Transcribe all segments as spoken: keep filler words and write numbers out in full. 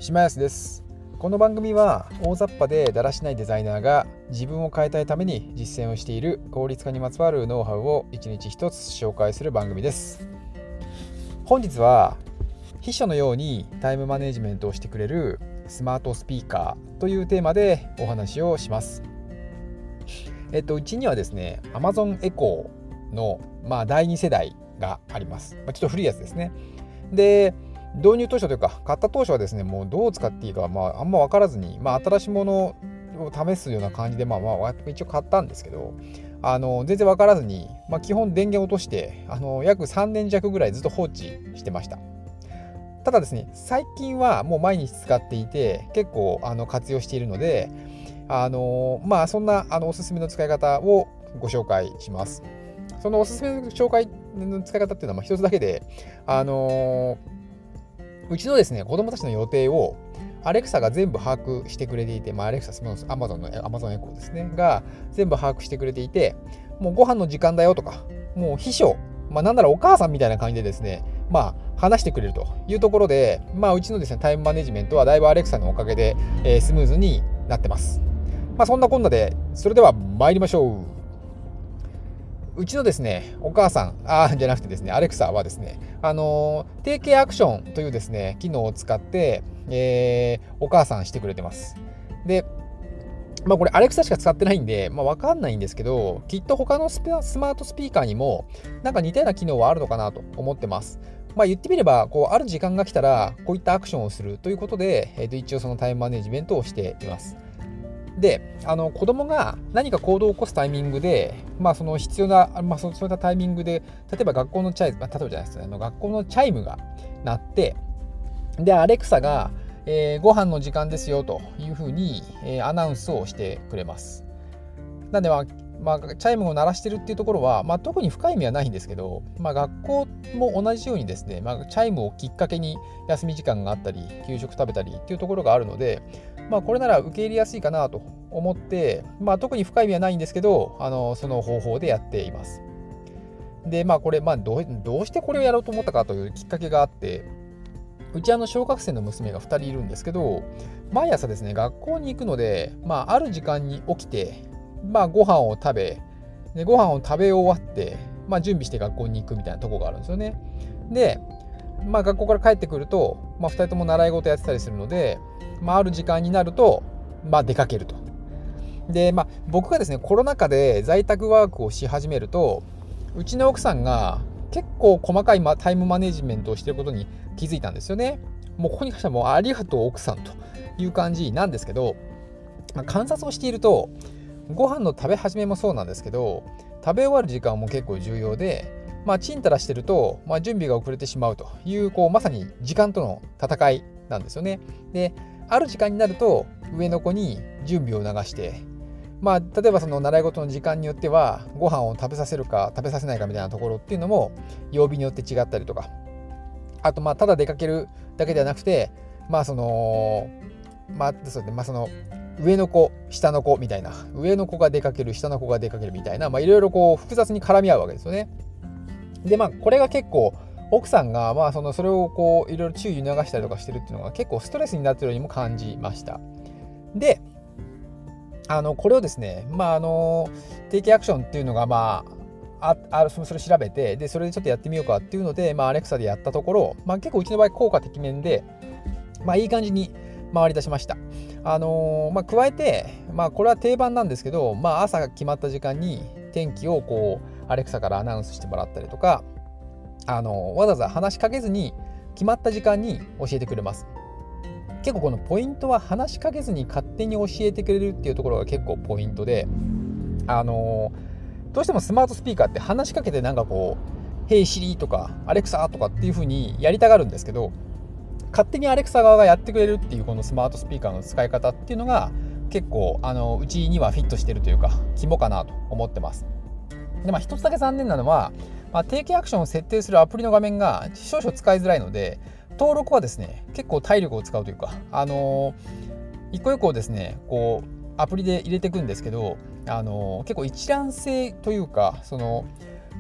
島安です。この番組は大雑把でだらしないデザイナーが自分を変えたいために実践をしている効率化にまつわるノウハウを一日一つ紹介する番組です。本日は秘書のようにタイムマネジメントをしてくれるスマートスピーカーというテーマでお話をします。えっとうちにはですね Amazon Echo の、まあ、だいに世代があります。まあ、ちょっと古いやつですね。で導入当初というか買った当初はですねもうどう使っていいか、まあ、あんま分からずに、まあ、新しいものを試すような感じで、まあ、まあ一応買ったんですけど、あの全然分からずに、まあ、基本電源を落としてあの約さんねん弱ぐらいずっと放置してました。ただですね最近はもう毎日使っていて結構あの活用しているので、あのまあそんなあのおすすめの使い方をご紹介します。そのおすすめの紹介の使い方っていうのはまあ一つだけで、あのうちのですね子供たちの予定をアレクサが全部把握してくれていて、まあ、アレクサ、アマゾンの Amazon エコーですねが全部把握してくれていて、もうご飯の時間だよとか、もう秘書、まあ、なんならお母さんみたいな感じでですね、まあ、話してくれるというところで、まあ、うちのですねタイムマネジメントはだいぶアレクサのおかげで、えー、スムーズになってます。まあ、そんなこんなで、それでは参りましょう。うちのですね、お母さん、あじゃなくてですね、アレクサはですね、あのー、定型アクションというですね、機能を使って、えー、お母さんしてくれてます。で、まあこれアレクサしか使ってないんで、まあわかんないんですけど、きっと他のススマートスピーカーにも、なんか似たような機能はあるのかなと思ってます。まあ言ってみれば、こう、ある時間が来たら、こういったアクションをするということで、えー、と一応そのタイムマネジメントをしています。で、あの子供が何か行動を起こすタイミングで、まあ、その必要な、まあ、そういったタイミングで、例えば学校のチャイム、例えばじゃないですね、あの学校のチャイムが鳴って、で、アレクサが、えー、ご飯の時間ですよというふうに、えー、アナウンスをしてくれます。なんで、まあ、まあ、チャイムを鳴らしてるっていうところは、まあ、特に深い意味はないんですけど、まあ、学校も同じようにですね、まあ、チャイムをきっかけに休み時間があったり、給食食べたりっていうところがあるので、まあ、これなら受け入れやすいかなと思って、まあ、特に深い意味はないんですけど、あのその方法でやっています。で、まあ、これ、まあどう、どうしてこれをやろうと思ったかというきっかけがあって、うちあの小学生の娘がふたりいるんですけど、毎朝ですね、学校に行くので、まあ、ある時間に起きて、まあ、ご飯を食べ、でご飯を食べ終わって、まあ、準備して学校に行くみたいなところがあるんですよね。で、まあ、学校から帰ってくると、まあ、ふたりとも習い事やってたりするので、まあ、ある時間になると、まあ、出かけると。で、まあ、僕がですね、コロナ禍で在宅ワークをし始めると、うちの奥さんが結構細かいタイムマネジメントをしていることに気づいたんですよね。もうここに関してはもうありがとう奥さんという感じなんですけど、まあ、観察をしていると、ご飯の食べ始めもそうなんですけど、食べ終わる時間も結構重要で、まあ、チンタラしてると、まあ、準備が遅れてしまうという、こうまさに時間との戦いなんですよね。で、ある時間になると上の子に準備を促して、まあ、例えばその習い事の時間によってはご飯を食べさせるか食べさせないかみたいなところっていうのも曜日によって違ったりとか、あとまあただ出かけるだけではなくて、まあそのまあそうね、まあその上の子下の子みたいな、上の子が出かける下の子が出かけるみたいな、まあいろいろこう複雑に絡み合うわけですよね。で、まあこれが結構奥さんがまあそのそれをこういろいろ注意促したりとかしてるっていうのが結構ストレスになってるようにも感じました。で、あのこれをですね、まああの定型アクションっていうのがまあああそれ調べて、でそれでちょっとやってみようかっていうので、まあ、アレクサでやったところ、まあ、結構うちの場合効果てきめんで、まあ、いい感じに回り出しました。あのーまあ、加えて、まあ、これは定番なんですけど、まあ、朝決まった時間に天気をこうアレクサからアナウンスしてもらったりとか、あのーわざわざ話しかけずに決まった時間に教えてくれます。結構このポイントは話しかけずに勝手に教えてくれるっていうところが結構ポイントで、あのーどうしてもスマートスピーカーって話しかけてなんかこう「ヘイシリ」とか「アレクサ」とかっていう風にやりたがるんですけど、勝手にアレクサ側がやってくれるっていうこのスマートスピーカーの使い方っていうのが結構あのうちにはフィットしてるというか肝かなと思ってます。で、まあ一つだけ残念なのは、まあ、定型アクションを設定するアプリの画面が少々使いづらいので、登録はですね結構体力を使うというか、あのー、一個一個ですねこうアプリで入れていくんですけど、あの結構一覧性というか、その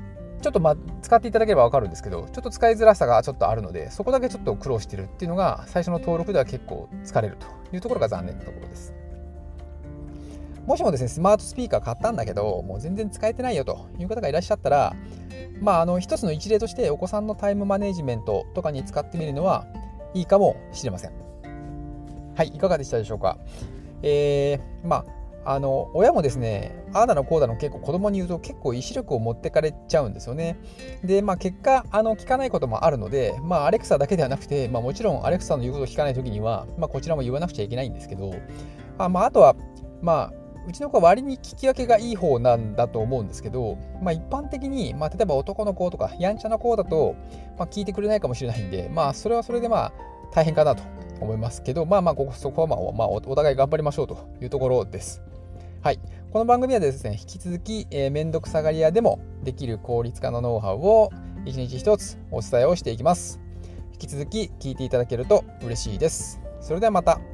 ちょっと、ま、使っていただければ分かるんですけど、ちょっと使いづらさがちょっとあるので、そこだけちょっと苦労してるっていうのが最初の登録では結構疲れるというところが残念なところです。もしもですね、スマートスピーカー買ったんだけど、もう全然使えてないよという方がいらっしゃったら、まあ、あの一つの一例としてお子さんのタイムマネジメントとかに使ってみるのはいいかもしれません。はい、いかがでしたでしょうか。えー、まあ、あの親もですね、ああだのこうだの結構子供に言うと結構意志力を持ってかれちゃうんですよね。で、まあ、結果あの聞かないこともあるので、まあ、アレクサだけではなくて、まあ、もちろんアレクサの言うことを聞かないときには、まあ、こちらも言わなくちゃいけないんですけど、あ、まあ、あとは、まあ、うちの子は割に聞き分けがいい方なんだと思うんですけど、まあ、一般的に、まあ、例えば男の子とかやんちゃな子だと、まあ、聞いてくれないかもしれないんで、まあ、それはそれでまあ大変かなと思いますけど、まあまあここそこはまあ、まあ、お互い頑張りましょうというところです。はい、この番組はですね、引き続き、えー、めんどくさがり屋でもできる効率化のノウハウを一日一つお伝えをしていきます。引き続き聞いていただけると嬉しいです。それではまた。